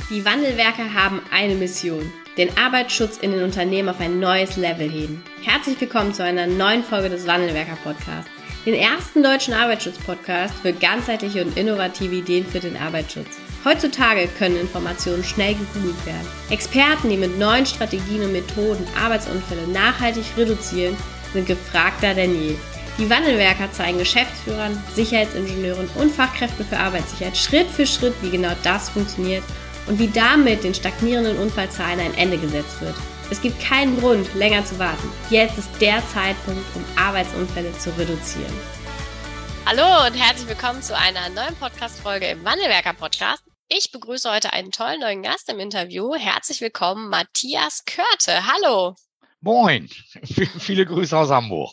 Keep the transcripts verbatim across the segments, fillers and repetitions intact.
Die Wandelwerker haben eine Mission: den Arbeitsschutz in den Unternehmen auf ein neues Level heben. Herzlich willkommen zu einer neuen Folge des Wandelwerker-Podcasts, den ersten deutschen Arbeitsschutz-Podcast für ganzheitliche und innovative Ideen für den Arbeitsschutz. Heutzutage können Informationen schnell gegoogelt werden. Experten, die mit neuen Strategien und Methoden Arbeitsunfälle nachhaltig reduzieren, sind gefragter denn je. Die Wandelwerker zeigen Geschäftsführern, Sicherheitsingenieuren und Fachkräften für Arbeitssicherheit Schritt für Schritt, wie genau das funktioniert und wie damit den stagnierenden Unfallzahlen ein Ende gesetzt wird. Es gibt keinen Grund, länger zu warten. Jetzt ist der Zeitpunkt, um Arbeitsunfälle zu reduzieren. Hallo und herzlich willkommen zu einer neuen Podcast-Folge im Wandelwerker-Podcast. Ich begrüße heute einen tollen neuen Gast im Interview. Herzlich willkommen, Matthias Körte. Hallo. Moin, viele Grüße aus Hamburg.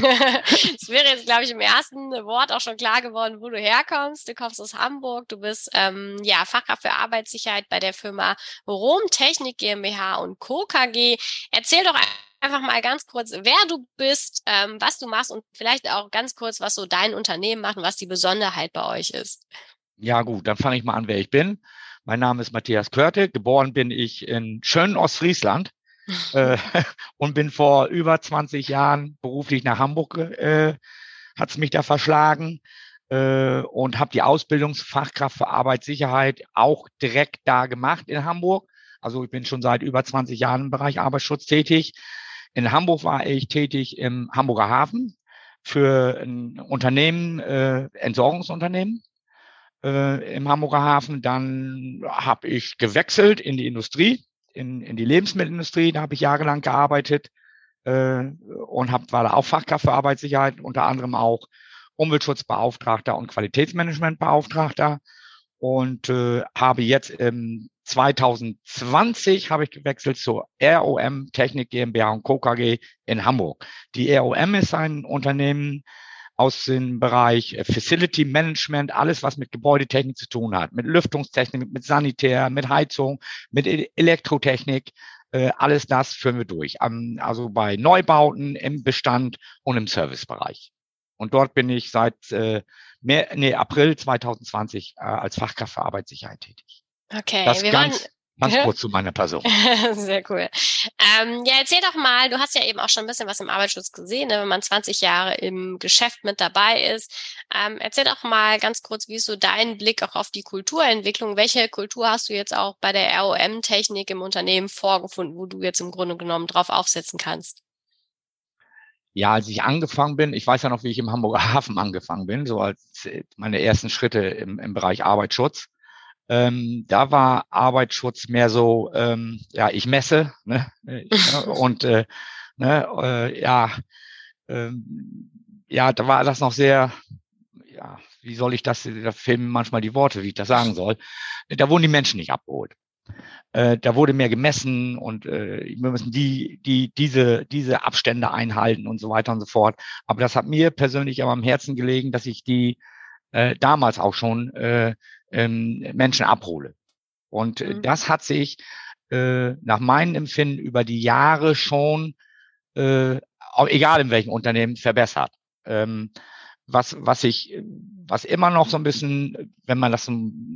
Es wäre jetzt, glaube ich, im ersten Wort auch schon klar geworden, wo du herkommst. Du kommst aus Hamburg, du bist ähm, ja Fachkraft für Arbeitssicherheit bei der Firma Rom Technik GmbH und Co. K G. Erzähl doch einfach mal ganz kurz, wer du bist, ähm, was du machst und vielleicht auch ganz kurz, was so dein Unternehmen macht und was die Besonderheit bei euch ist. Ja gut, dann fange ich mal an, wer ich bin. Mein Name ist Matthias Körte, geboren bin ich in schönen Ostfriesland. äh, und bin vor über zwanzig Jahren beruflich nach Hamburg, äh, hat's mich da verschlagen äh, und habe die Ausbildungsfachkraft für Arbeitssicherheit auch direkt da gemacht in Hamburg. Also ich bin schon seit über zwanzig Jahren im Bereich Arbeitsschutz tätig. In Hamburg war ich tätig im Hamburger Hafen für ein Unternehmen, äh, Entsorgungsunternehmen äh, im Hamburger Hafen. Dann habe ich gewechselt in die Industrie. In, in die Lebensmittelindustrie, da habe ich jahrelang gearbeitet äh, und hab, war da auch Fachkraft für Arbeitssicherheit, unter anderem auch Umweltschutzbeauftragter und Qualitätsmanagementbeauftragter und äh, habe jetzt im zwanzig zwanzig habe ich gewechselt zur R O M Technik GmbH und Co. K G in Hamburg. Die R O M ist ein Unternehmen aus dem Bereich Facility Management, alles, was mit Gebäudetechnik zu tun hat, mit Lüftungstechnik, mit Sanitär, mit Heizung, mit Elektrotechnik, äh, alles das führen wir durch. Um, also bei Neubauten, im Bestand und im Servicebereich. Und dort bin ich seit äh, mehr, nee, April zwanzig zwanzig äh, als Fachkraft für Arbeitssicherheit tätig. Okay, das wir ganz, wollen... Ganz kurz zu meiner Person. Sehr cool. Ähm, ja, erzähl doch mal, du hast ja eben auch schon ein bisschen was im Arbeitsschutz gesehen, ne, wenn man zwanzig Jahre im Geschäft mit dabei ist. Ähm, erzähl doch mal ganz kurz, wie ist so dein Blick auch auf die Kulturentwicklung? Welche Kultur hast du jetzt auch bei der R O M-Technik im Unternehmen vorgefunden, wo du jetzt im Grunde genommen drauf aufsetzen kannst? Ja, als ich angefangen bin, ich weiß ja noch, wie ich im Hamburger Hafen angefangen bin, so als meine ersten Schritte im, im Bereich Arbeitsschutz. Ähm, da war Arbeitsschutz mehr so, ähm, ja, ich messe, ne, ich, ne und äh, ne, äh, ja, ähm, ja, da war das noch sehr, ja, wie soll ich das, da fehlen mir manchmal die Worte, wie ich das sagen soll. Da wurden die Menschen nicht abgeholt. Äh, da wurde mehr gemessen und äh, wir müssen die, die, diese, diese Abstände einhalten und so weiter und so fort. Aber das hat mir persönlich aber am Herzen gelegen, dass ich die äh, damals auch schon äh, ähm, Menschen abhole. Und äh, Mhm. das hat sich äh, nach meinem Empfinden über die Jahre schon, äh, auch egal in welchem Unternehmen, verbessert. Ähm, was, was ich, was immer noch so ein bisschen, wenn man das so,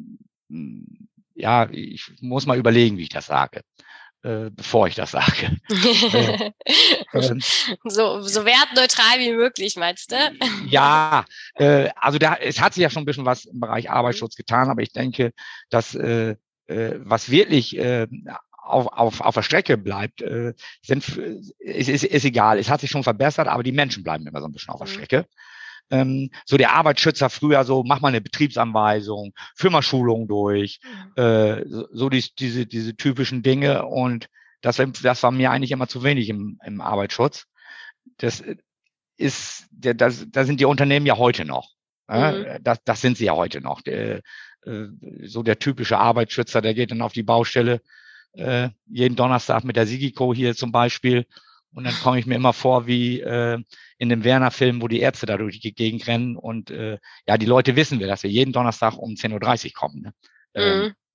ja, ich muss mal überlegen, wie ich das sage, äh, bevor ich das sage. äh, ähm, so, so wertneutral wie möglich, meinst du? Ja, äh, also da, es hat sich ja schon ein bisschen was im Bereich Arbeitsschutz getan, aber ich denke, dass äh, äh, was wirklich äh, auf, auf, auf der Strecke bleibt, äh, sind, ist, ist, ist egal. Es hat sich schon verbessert, aber die Menschen bleiben immer so ein bisschen auf der Strecke. Ähm, so der Arbeitsschützer früher so, mach mal eine Betriebsanweisung, führ mal Schulungen durch, äh, so, so die, diese, diese typischen Dinge und das, das war mir eigentlich immer zu wenig im, im Arbeitsschutz. Das ist, da, da sind die Unternehmen ja heute noch. Mhm. Das, das sind sie ja heute noch. Der, so der typische Arbeitsschützer, der geht dann auf die Baustelle äh, jeden Donnerstag mit der Sigiko hier zum Beispiel. Und dann komme ich mir immer vor wie äh, in dem Werner-Film, wo die Ärzte da durch die Gegend rennen. Und äh, ja, die Leute wissen wir, dass wir jeden Donnerstag um zehn Uhr dreißig kommen. Ne? Mhm.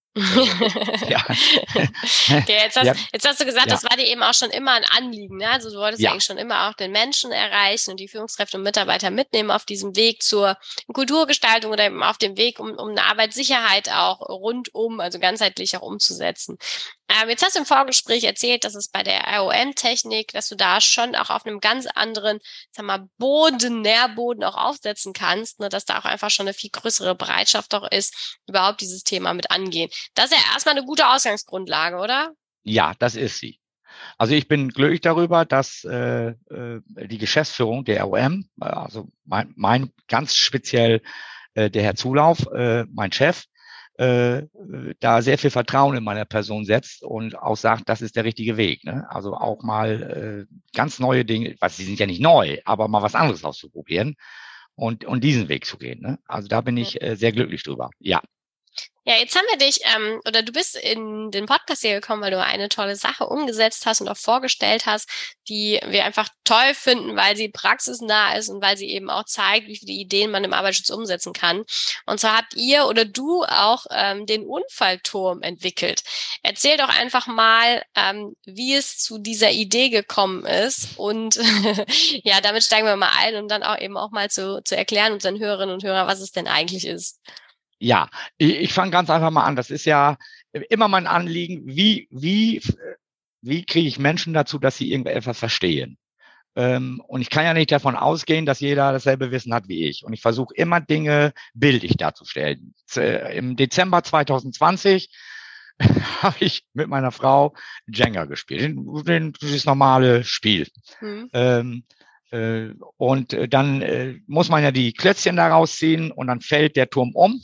ja. Okay, jetzt, hast, ja. jetzt hast du gesagt, ja. das war dir eben auch schon immer ein Anliegen. Ne? Also du wolltest ja. eigentlich schon immer auch den Menschen erreichen und die Führungskräfte und Mitarbeiter mitnehmen auf diesem Weg zur Kulturgestaltung oder eben auf dem Weg, um, um eine Arbeitssicherheit auch rundum, also ganzheitlich auch umzusetzen. Ähm, jetzt hast du im Vorgespräch erzählt, dass es bei der R O M-Technik, dass du da schon auch auf einem ganz anderen, sag mal, Boden, Nährboden auch aufsetzen kannst, ne? Dass da auch einfach schon eine viel größere Bereitschaft auch ist, überhaupt dieses Thema mit angehen. Das ist ja erstmal eine gute Ausgangsgrundlage, oder? Ja, das ist sie. Also ich bin glücklich darüber, dass äh, die Geschäftsführung der R O M, also mein, mein ganz speziell äh, der Herr Zulauf, äh, mein Chef, äh, da sehr viel Vertrauen in meiner Person setzt und auch sagt, das ist der richtige Weg. Ne? Also auch mal äh, ganz neue Dinge, was sie sind ja nicht neu, aber mal was anderes auszuprobieren und, und diesen Weg zu gehen. Ne? Also da bin ich äh, sehr glücklich drüber. Ja. Ja, jetzt haben wir dich, ähm, oder du bist in den Podcast hier gekommen, weil du eine tolle Sache umgesetzt hast und auch vorgestellt hast, die wir einfach toll finden, weil sie praxisnah ist und weil sie eben auch zeigt, wie viele Ideen man im Arbeitsschutz umsetzen kann. Und zwar habt ihr oder du auch ähm, den Unfallturm entwickelt. Erzähl doch einfach mal, ähm, wie es zu dieser Idee gekommen ist und ja, damit steigen wir mal ein, um dann auch eben auch mal zu, zu erklären unseren Hörerinnen und Hörern, was es denn eigentlich ist. Ja, ich, ich fange ganz einfach mal an. Das ist ja immer mein Anliegen. Wie, wie, wie kriege ich Menschen dazu, dass sie irgendetwas verstehen? Ähm, und ich kann ja nicht davon ausgehen, dass jeder dasselbe Wissen hat wie ich. Und ich versuche immer Dinge bildlich darzustellen. Im Dezember zwanzig zwanzig habe ich mit meiner Frau Jenga gespielt. Das normale Spiel. Mhm. Ähm, äh, und dann äh, muss man ja die Klötzchen da rausziehen und dann fällt der Turm um.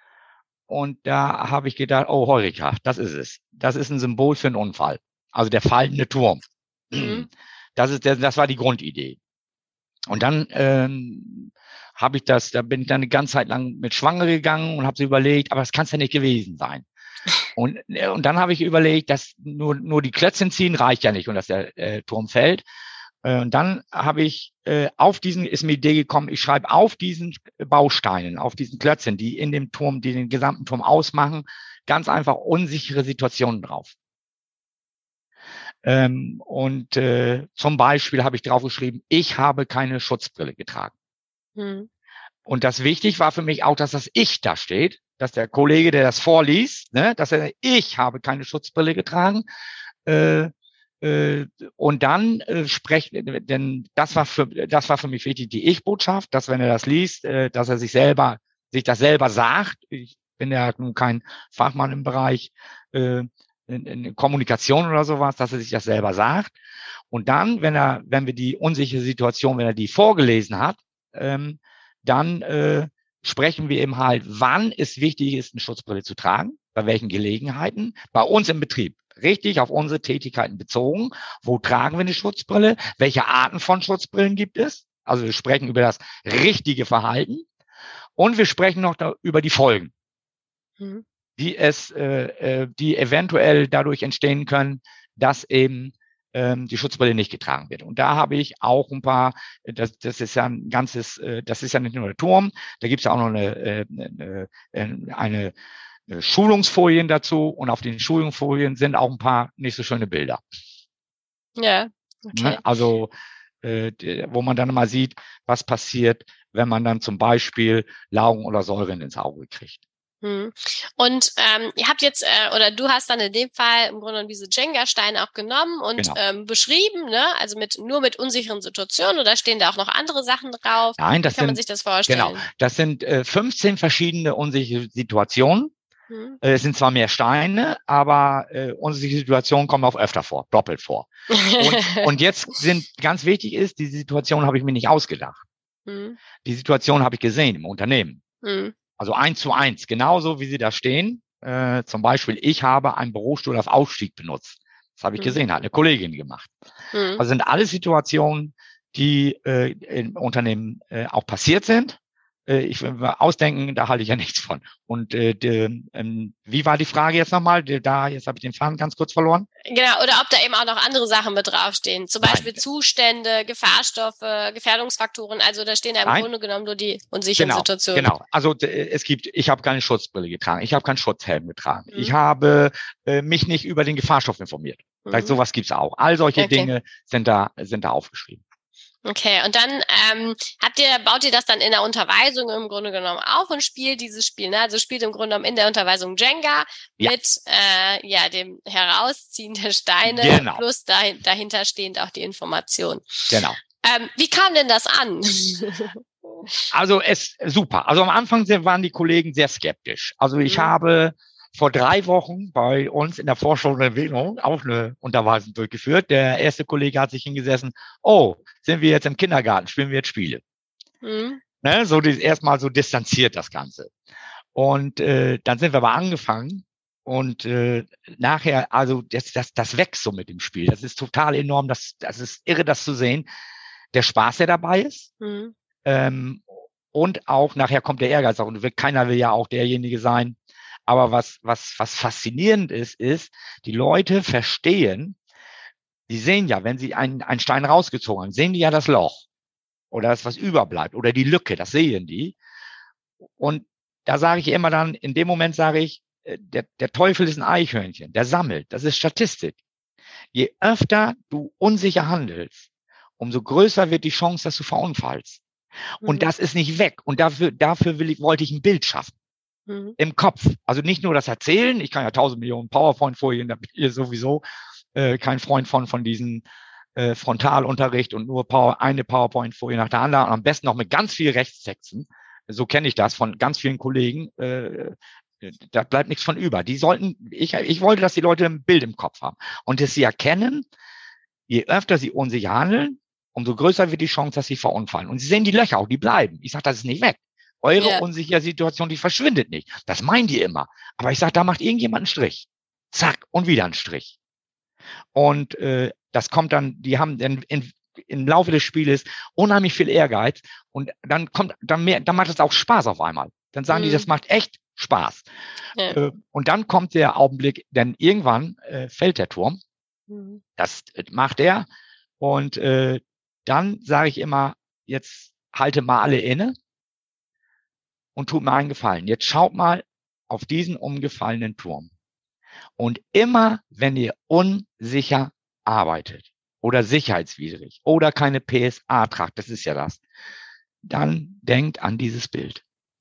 Und da habe ich gedacht, oh, Heureka, das ist es. Das ist ein Symbol für einen Unfall. Also der fallende Turm. Mhm. Das ist der, das war die Grundidee. Und dann ähm, habe ich das, da bin ich dann eine ganze Zeit lang mit Schwanger gegangen und habe so überlegt, aber das kann es ja nicht gewesen sein. Und, und dann habe ich überlegt, dass nur, nur die Klötzchen ziehen reicht ja nicht und dass der äh, Turm fällt. Und dann habe ich äh, auf diesen, ist mir die Idee gekommen, ich schreibe auf diesen Bausteinen, auf diesen Klötzchen, die in dem Turm, die den gesamten Turm ausmachen, ganz einfach unsichere Situationen drauf. Ähm, und äh, zum Beispiel habe ich draufgeschrieben, ich habe keine Schutzbrille getragen. Hm. Und das wichtig war für mich auch, dass das Ich da steht, dass der Kollege, der das vorliest, ne, dass er, ich habe keine Schutzbrille getragen, äh, und dann äh, sprechen, denn das war für das war für mich wichtig, die Ich-Botschaft, dass wenn er das liest, äh, dass er sich selber sich das selber sagt. Ich bin ja nun kein Fachmann im Bereich äh, in, in Kommunikation oder sowas, dass er sich das selber sagt. Und dann, wenn er, wenn wir die unsichere Situation, wenn er die vorgelesen hat, ähm, dann äh, sprechen wir eben halt, wann es wichtig ist, eine Schutzbrille zu tragen, bei welchen Gelegenheiten, bei uns im Betrieb. Richtig auf unsere Tätigkeiten bezogen. Wo tragen wir eine Schutzbrille? Welche Arten von Schutzbrillen gibt es? Also wir sprechen über das richtige Verhalten und wir sprechen noch da über die Folgen, mhm. die es, äh, die eventuell dadurch entstehen können, dass eben ähm, die Schutzbrille nicht getragen wird. Und da habe ich auch ein paar. Das, das ist ja ein ganzes. Äh, das ist ja nicht nur der Turm. Da gibt es ja auch noch eine, äh, eine, eine Schulungsfolien dazu und auf den Schulungsfolien sind auch ein paar nicht so schöne Bilder. Ja, okay. Also, äh, wo man dann mal sieht, was passiert, wenn man dann zum Beispiel Laugen oder Säuren ins Auge kriegt. Hm. Und ähm, ihr habt jetzt, äh, oder du hast dann in dem Fall im Grunde diese Jenga-Steine auch genommen und genau. ähm, beschrieben, ne? Also mit nur mit unsicheren Situationen, oder stehen da auch noch andere Sachen drauf? Nein, das Wie kann sind, man sich das vorstellen? Genau, das sind äh, fünfzehn verschiedene unsichere Situationen. Hm. Es sind zwar mehr Steine, aber äh, unsere Situation kommt auch öfter vor, doppelt vor. Und, und jetzt sind, ganz wichtig ist, die Situation habe ich mir nicht ausgedacht. Hm. Die Situation habe ich gesehen im Unternehmen. Hm. Also eins zu eins, genauso wie sie da stehen. Äh, zum Beispiel, ich habe einen Bürostuhl auf Aufstieg benutzt. Das habe ich hm. gesehen, hat eine Kollegin gemacht. Hm. Also sind alle Situationen, die äh, im Unternehmen äh, auch passiert sind. äh, ich will mir ausdenken, da halte ich ja nichts von. Und äh, de, ähm, wie war die Frage jetzt nochmal? De, da, jetzt habe ich den Faden ganz kurz verloren. Genau, oder ob da eben auch noch andere Sachen mit draufstehen. Zum Beispiel Nein. Zustände, Gefahrstoffe, Gefährdungsfaktoren. Also da stehen ja im Nein. Grunde genommen nur die unsicheren Genau, Situationen. genau. Also d- es gibt, ich habe keine Schutzbrille getragen, ich habe keinen Schutzhelm getragen, Mhm. ich habe äh, mich nicht über den Gefahrstoff informiert. Mhm. Vielleicht sowas gibt's auch. All solche Okay. Dinge sind da sind da aufgeschrieben. Okay, und dann ähm, habt ihr, baut ihr das dann in der Unterweisung im Grunde genommen auf und spielt dieses Spiel, ne? Also spielt im Grunde genommen in der Unterweisung Jenga Ja. mit äh, ja dem Herausziehen der Steine Genau. plus dahin, dahinter stehend auch die Information. Genau. Ähm, wie kam denn das an? Also es super. Also am Anfang sind- waren die Kollegen sehr skeptisch. Also ich Mhm. habe vor drei Wochen bei uns in der Forschung und Entwicklung auch eine Unterweisung durchgeführt. Der erste Kollege hat sich hingesessen, oh, sind wir jetzt im Kindergarten, spielen wir jetzt Spiele. Mhm. Ne, so das erstmal so distanziert das Ganze. Und äh, dann sind wir aber angefangen und äh, nachher, also das, das, das wächst so mit dem Spiel. Das ist total enorm, das, das ist irre, das zu sehen. Der Spaß, der dabei ist. Mhm. Ähm, und auch nachher kommt der Ehrgeiz auch. Und keiner will ja auch derjenige sein. Aber was, was, was faszinierend ist, ist, die Leute verstehen, die sehen ja, wenn sie einen, einen Stein rausgezogen haben, sehen die ja das Loch oder das, was überbleibt oder die Lücke, das sehen die. Und da sage ich immer dann, in dem Moment sage ich, äh, der, der Teufel ist ein Eichhörnchen, der sammelt, das ist Statistik. Je öfter du unsicher handelst, umso größer wird die Chance, dass du verunfallst. Und Mhm. das ist nicht weg. Und dafür, dafür will ich, wollte ich ein Bild schaffen. Mhm. Im Kopf. Also nicht nur das Erzählen. Ich kann ja tausend Millionen PowerPoint-Folien, da bin ich sowieso äh, kein Freund von, von diesem äh, Frontalunterricht und nur Power, eine PowerPoint-Folie nach der anderen. Und am besten noch mit ganz viel Rechtstexten. So kenne ich das von ganz vielen Kollegen. Äh, da bleibt nichts von über. Die sollten, ich, ich wollte, dass die Leute ein Bild im Kopf haben. Und dass sie erkennen, je öfter sie unsicher handeln, umso größer wird die Chance, dass sie verunfallen. Und sie sehen die Löcher auch, die bleiben. Ich sage, das ist nicht weg. Eure Ja. unsichere Situation, die verschwindet nicht. Das meinen die immer. Aber ich sage, da macht irgendjemand einen Strich. Zack, und wieder einen Strich. Und äh, das kommt dann, die haben dann in, im Laufe des Spieles unheimlich viel Ehrgeiz. Und dann kommt, dann mehr, dann macht es auch Spaß auf einmal. Dann sagen Mhm. die, das macht echt Spaß. Ja. Äh, und dann kommt der Augenblick, denn irgendwann äh, fällt der Turm. Mhm. Das äh, macht er. Und äh, dann sage ich immer, jetzt halte mal alle inne und tut mir einen Gefallen. Jetzt schaut mal auf diesen umgefallenen Turm. Und immer, wenn ihr unsicher arbeitet oder sicherheitswidrig oder keine P S A tragt, das ist ja das, dann denkt an dieses Bild.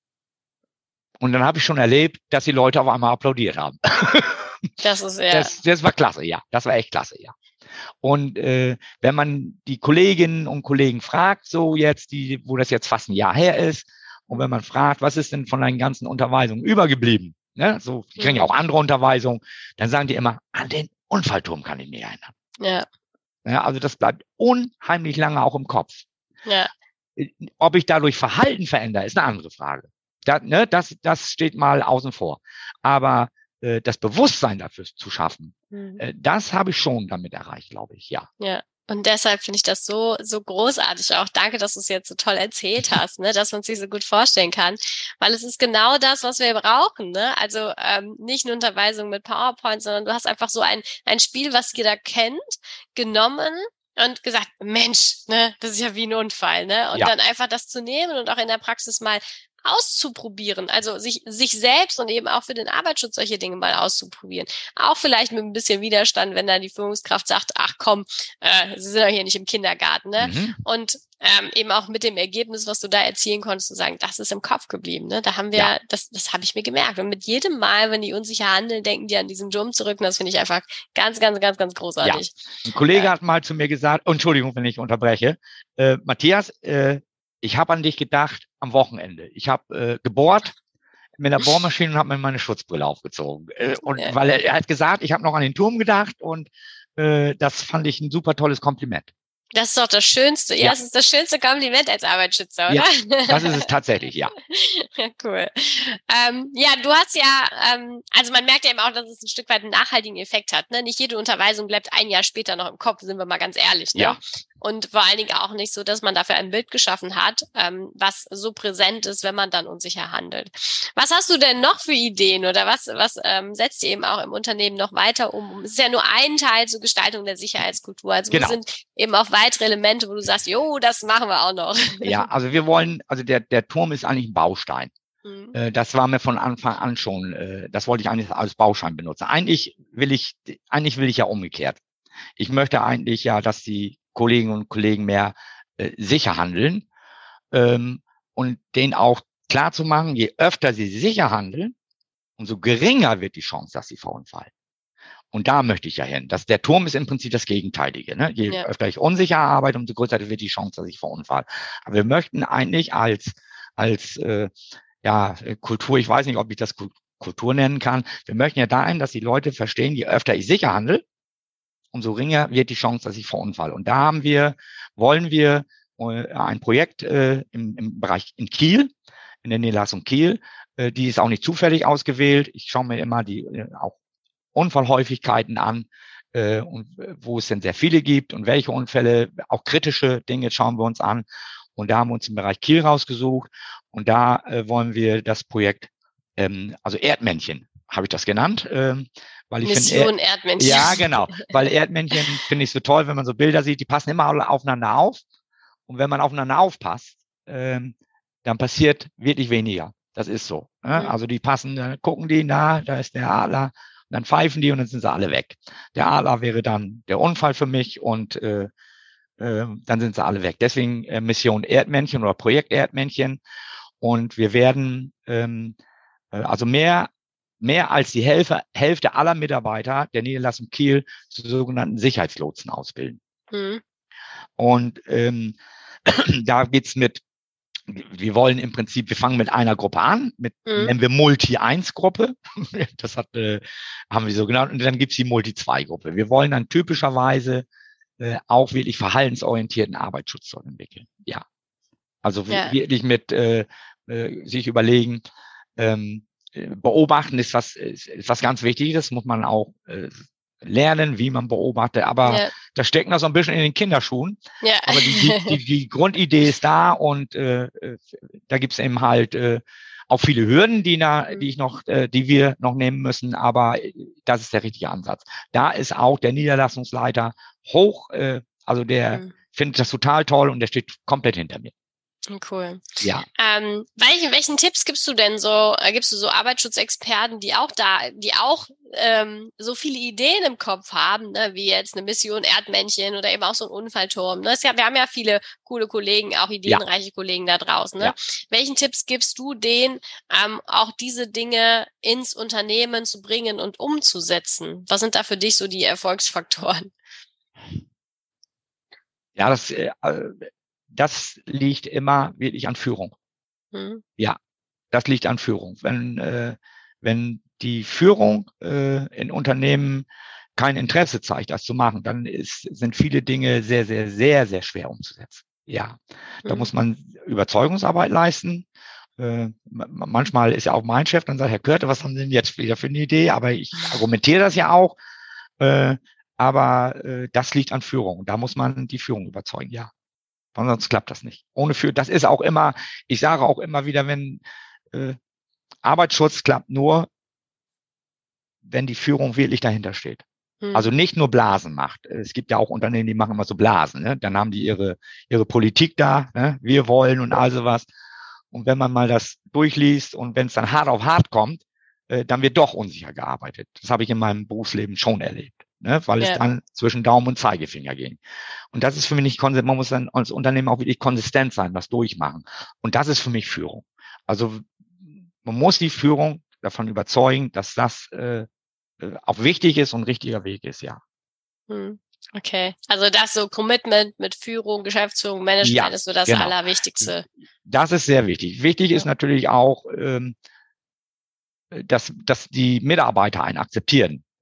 Und dann habe ich schon erlebt, dass die Leute auf einmal applaudiert haben. Das ist ja. Das, das war klasse, ja. Das war echt klasse, ja. Und äh, wenn man die Kolleginnen und Kollegen fragt, so jetzt, die, wo das jetzt fast ein Jahr her ist, und wenn man fragt, was ist denn von deinen ganzen Unterweisungen übergeblieben? Ne? So, die kriegen ja auch andere Unterweisungen, dann sagen die immer, an den Unfallturm kann ich mich erinnern. Ja. Ja, also das bleibt unheimlich lange auch im Kopf. Ja. Ob ich dadurch Verhalten verändere, ist eine andere Frage. Da, ne, das, das steht mal außen vor. Aber äh, das Bewusstsein dafür zu schaffen, Mhm. äh, das habe ich schon damit erreicht, glaube ich, ja. Ja. Und deshalb finde ich das so, so großartig auch. Danke, dass du es jetzt so toll erzählt hast, ne, dass man sich so gut vorstellen kann. Weil es ist genau das, was wir brauchen, ne? Also, ähm, nicht eine Unterweisung mit PowerPoint, sondern du hast einfach so ein, ein Spiel, was jeder kennt, genommen und gesagt, Mensch, ne, das ist ja wie ein Unfall, ne? Und Ja. dann einfach das zu nehmen und auch in der Praxis mal auszuprobieren, also sich sich selbst und eben auch für den Arbeitsschutz solche Dinge mal auszuprobieren. Auch vielleicht mit ein bisschen Widerstand, wenn dann die Führungskraft sagt, ach komm, äh, Sie sind doch hier nicht im Kindergarten, ne? Mhm. Und ähm, eben auch mit dem Ergebnis, was du da erzielen konntest, zu sagen, das ist im Kopf geblieben, ne? Da haben wir, Ja. das das habe ich mir gemerkt. Und mit jedem Mal, wenn die unsicher handeln, denken die an diesen Turm zurück. Und das finde ich einfach ganz, ganz, ganz, ganz großartig. Ein Kollege Ja. hat mal zu mir gesagt, oh, Entschuldigung, wenn ich unterbreche, äh, Matthias, äh, ich habe an dich gedacht am Wochenende. Ich habe äh, gebohrt mit einer Bohrmaschine und habe mir meine Schutzbrille aufgezogen. Äh, und Ja. weil er, er hat gesagt, ich habe noch an den Turm gedacht und äh, das fand ich ein super tolles Kompliment. Das ist doch das Schönste. Ja, Ja. das ist das schönste Kompliment als Arbeitsschützer, oder? Ja, das ist es tatsächlich, ja. Ja, cool. Ähm, ja, du hast ja, ähm, also man merkt ja eben auch, dass es ein Stück weit einen nachhaltigen Effekt hat. Ne? Nicht jede Unterweisung bleibt ein Jahr später noch im Kopf, sind wir mal ganz ehrlich. Ne? Ja. Und vor allen Dingen auch nicht so, dass man dafür ein Bild geschaffen hat, ähm, was so präsent ist, wenn man dann unsicher handelt. Was hast du denn noch für Ideen oder was, was ähm, setzt ihr eben auch im Unternehmen noch weiter um? Es ist ja nur ein Teil zur Gestaltung der Sicherheitskultur. Also Genau. wo sind eben auch weitere Elemente, wo du sagst, jo, das machen wir auch noch. Ja, also wir wollen, also der, der Turm ist eigentlich ein Baustein. Mhm. Äh, das war mir von Anfang an schon, äh, das wollte ich eigentlich als Baustein benutzen. Eigentlich will ich, eigentlich will ich ja umgekehrt. Ich möchte eigentlich ja, dass die Kolleginnen und Kollegen mehr äh, sicher handeln ähm, und denen auch klar zu machen, je öfter sie sicher handeln, umso geringer wird die Chance, dass sie verunfallen. Und da möchte ich ja hin. Das, der Turm ist im Prinzip das Gegenteilige. Ne? Je ja. öfter ich unsicher arbeite, umso größer wird die Chance, dass ich verunfalle. Aber wir möchten eigentlich als als äh, ja Kultur, ich weiß nicht, ob ich das Kultur nennen kann, wir möchten ja dahin, dass die Leute verstehen, je öfter ich sicher handle, umso geringer wird die Chance, dass ich verunfalle. Und da haben wir, wollen wir äh, ein Projekt äh, im, im Bereich in Kiel, in der Niederlassung Kiel, äh, die ist auch nicht zufällig ausgewählt. Ich schaue mir immer die äh, auch Unfallhäufigkeiten an äh, und wo es denn sehr viele gibt und welche Unfälle, auch kritische Dinge schauen wir uns an. Und da haben wir uns im Bereich Kiel rausgesucht und da äh, wollen wir das Projekt, ähm, also Erdmännchen, habe ich das genannt, ähm, weil ich Mission finde, Erd- Erdmännchen. Ja, genau, weil Erdmännchen finde ich so toll, wenn man so Bilder sieht, die passen immer alle aufeinander auf und wenn man aufeinander aufpasst, ähm, dann passiert wirklich weniger. Das ist so. Ne? Mhm. Also die passen, dann gucken die, na, da ist der Adler, und dann pfeifen die und dann sind sie alle weg. Der Adler wäre dann der Unfall für mich und äh, äh, dann sind sie alle weg. Deswegen äh, Mission Erdmännchen oder Projekt Erdmännchen und wir werden ähm, äh, also mehr mehr als die Hälfte, Hälfte aller Mitarbeiter der Niederlassung Kiel zu sogenannten Sicherheitslotsen ausbilden. Mhm. Und ähm, da geht's mit, wir wollen im Prinzip, wir fangen mit einer Gruppe an, mit mhm. nennen wir Multi eins Gruppe. Das hat, äh, haben wir so genannt. Und dann gibt's die Multi zwei Gruppe. Wir wollen dann typischerweise äh, auch wirklich verhaltensorientierten Arbeitsschutz dort entwickeln. Ja. Also ja. wirklich mit äh, äh, sich überlegen, ähm, beobachten ist was, ist, ist was ganz Wichtiges. Das muss man auch äh, lernen, wie man beobachtet. Aber ja. da steckt noch so ein bisschen in den Kinderschuhen. Ja. Aber die, die, die, die Grundidee ist da und äh, da gibt's eben halt äh, auch viele Hürden, die, na, die ich noch, äh, die wir noch nehmen müssen. Aber das ist der richtige Ansatz. Da ist auch der Niederlassungsleiter hoch, äh, also der mhm. findet das total toll und der steht komplett hinter mir. Cool. Ja. Ähm, welchen, welchen Tipps gibst du denn so, äh, gibst du so Arbeitsschutzexperten, die auch da, die auch ähm, so viele Ideen im Kopf haben, ne, wie jetzt eine Mission Erdmännchen oder eben auch so ein Unfallturm. Ne? Es, ja, wir haben ja viele coole Kollegen, auch ideenreiche ja. Kollegen da draußen. Ne? Ja. Welchen Tipps gibst du denen, ähm, auch diese Dinge ins Unternehmen zu bringen und umzusetzen? Was sind da für dich so die Erfolgsfaktoren? Ja, das äh, Das liegt immer wirklich an Führung. Mhm. Ja, das liegt an Führung. Wenn äh, wenn die Führung äh, in Unternehmen kein Interesse zeigt, das zu machen, dann ist, sind viele Dinge sehr, sehr, sehr, sehr schwer umzusetzen. Ja, mhm. da muss man Überzeugungsarbeit leisten. Äh, manchmal ist ja auch mein Chef, dann sagt, Herr Körte, was haben Sie denn jetzt wieder für eine Idee? Aber ich argumentiere das ja auch. Äh, aber äh, das liegt an Führung. Da muss man die Führung überzeugen, ja. Sonst klappt das nicht. Ohne für, das ist auch immer, ich sage auch immer wieder, wenn äh, Arbeitsschutz klappt nur, wenn die Führung wirklich dahinter steht. Hm. Also nicht nur Blasen macht. Es gibt ja auch Unternehmen, die machen immer so Blasen. Ne? Dann haben die ihre ihre Politik da, ne? Wir wollen und all sowas. Und wenn man mal das durchliest und wenn es dann hart auf hart kommt, äh, dann wird doch unsicher gearbeitet. Das habe ich in meinem Berufsleben schon erlebt. Ne, weil ja. es dann zwischen Daumen und Zeigefinger ging. Und das ist für mich nicht konsistent. Man muss dann als Unternehmen auch wirklich konsistent sein, das durchmachen. Und das ist für mich Führung. Also man muss die Führung davon überzeugen, dass das äh, auch wichtig ist und ein richtiger Weg ist, ja. Hm. Okay, also das so Commitment mit Führung, Geschäftsführung, Management ja, ist so das genau. Allerwichtigste. Das ist sehr wichtig. Wichtig ja. ist natürlich auch, ähm, dass, dass die Mitarbeiter einen akzeptieren.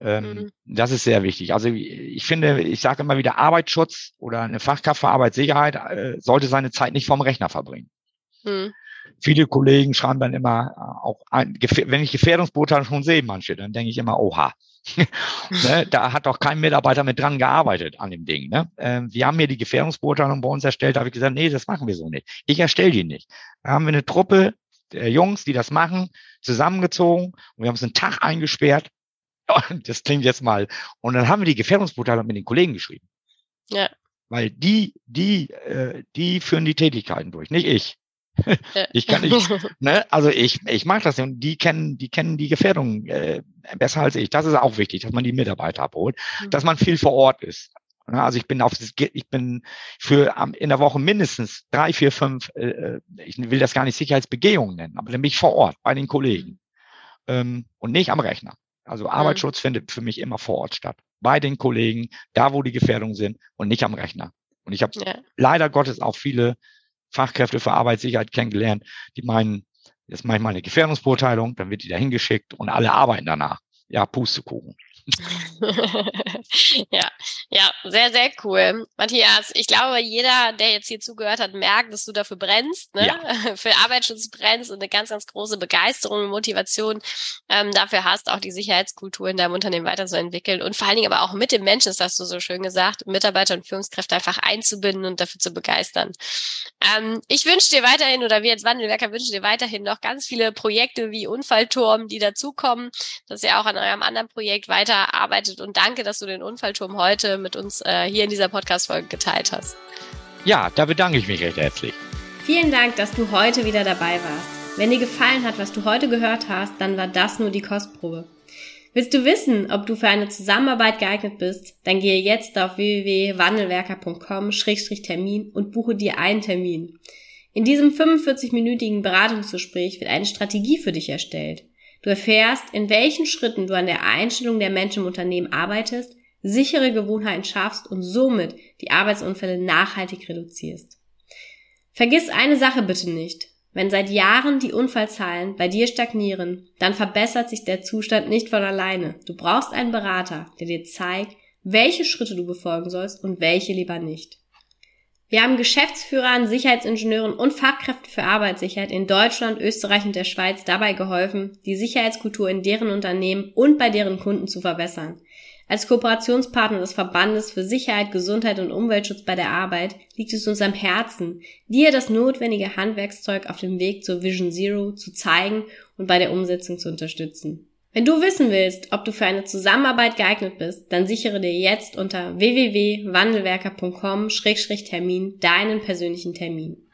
Ähm, Mhm. Das ist sehr wichtig. Also ich finde, ich sage immer wieder, Arbeitsschutz oder eine Fachkraft für Arbeitssicherheit äh, sollte seine Zeit nicht vorm Rechner verbringen. Mhm. Viele Kollegen schreiben dann immer äh, auch, ein, wenn ich Gefährdungsbeurteilung schon sehe, manche, dann denke ich immer, oha. Ne, da hat doch kein Mitarbeiter mit dran gearbeitet an dem Ding. Ne? Ähm, wir haben hier die Gefährdungsbeurteilung bei uns erstellt, da habe ich gesagt, nee, das machen wir so nicht. Ich erstelle die nicht. Da haben wir eine Truppe der Jungs, die das machen, zusammengezogen und wir haben es einen Tag eingesperrt. Das klingt jetzt mal. Und dann haben wir die Gefährdungsbeurteilung mit den Kollegen geschrieben. Ja. Weil die, die, äh, die führen die Tätigkeiten durch, nicht ich. Ja. Ich kann nicht, ne, also ich, ich mache das und die kennen, die kennen die Gefährdung äh, besser als ich. Das ist auch wichtig, dass man die Mitarbeiter abholt, dass man viel vor Ort ist. Ja, also ich bin auf, ich bin für in der Woche mindestens drei, vier, fünf, äh, ich will das gar nicht Sicherheitsbegehungen nennen, aber dann bin ich vor Ort bei den Kollegen ähm, und nicht am Rechner. Also Arbeitsschutz mhm. findet für mich immer vor Ort statt, bei den Kollegen, da wo die Gefährdungen sind und nicht am Rechner. Und ich habe ja. leider Gottes auch viele Fachkräfte für Arbeitssicherheit kennengelernt, die meinen, jetzt mache ich mal eine Gefährdungsbeurteilung, dann wird die da hingeschickt und alle arbeiten danach. Ja, Pustekuchen. ja, ja, sehr, sehr cool. Matthias, ich glaube, jeder, der jetzt hier zugehört hat, merkt, dass du dafür brennst, ne? Ja. Für Arbeitsschutz brennst und eine ganz, ganz große Begeisterung und Motivation ähm, dafür hast, auch die Sicherheitskultur in deinem Unternehmen weiterzuentwickeln und vor allen Dingen aber auch mit dem Menschen, das hast du so schön gesagt, Mitarbeiter und Führungskräfte einfach einzubinden und dafür zu begeistern. Ähm, ich wünsche dir weiterhin, oder wir als Wandelwerker wünschen dir weiterhin noch ganz viele Projekte wie Unfallturm, die dazukommen, dass ihr auch an eurem anderen Projekt weiter arbeitet und danke, dass du den Unfallturm heute mit uns äh, hier in dieser Podcast-Folge geteilt hast. Ja, da bedanke ich mich recht herzlich. Vielen Dank, dass du heute wieder dabei warst. Wenn dir gefallen hat, was du heute gehört hast, dann war das nur die Kostprobe. Willst du wissen, ob du für eine Zusammenarbeit geeignet bist, dann gehe jetzt auf w w w punkt wandelwerker punkt com Schrägstrich Termin und buche dir einen Termin. In diesem fünfundvierzig-minütigen Beratungsgespräch wird eine Strategie für dich erstellt. Du erfährst, in welchen Schritten du an der Einstellung der Menschen im Unternehmen arbeitest, sichere Gewohnheiten schaffst und somit die Arbeitsunfälle nachhaltig reduzierst. Vergiss eine Sache bitte nicht. Wenn seit Jahren die Unfallzahlen bei dir stagnieren, dann verbessert sich der Zustand nicht von alleine. Du brauchst einen Berater, der dir zeigt, welche Schritte du befolgen sollst und welche lieber nicht. Wir haben Geschäftsführern, Sicherheitsingenieuren und Fachkräften für Arbeitssicherheit in Deutschland, Österreich und der Schweiz dabei geholfen, die Sicherheitskultur in deren Unternehmen und bei deren Kunden zu verbessern. Als Kooperationspartner des Verbandes für Sicherheit, Gesundheit und Umweltschutz bei der Arbeit liegt es uns am Herzen, dir das notwendige Handwerkszeug auf dem Weg zur Vision Zero zu zeigen und bei der Umsetzung zu unterstützen. Wenn du wissen willst, ob du für eine Zusammenarbeit geeignet bist, dann sichere dir jetzt unter w w w punkt wandelwerker punkt com Schrägstrich Termin deinen persönlichen Termin.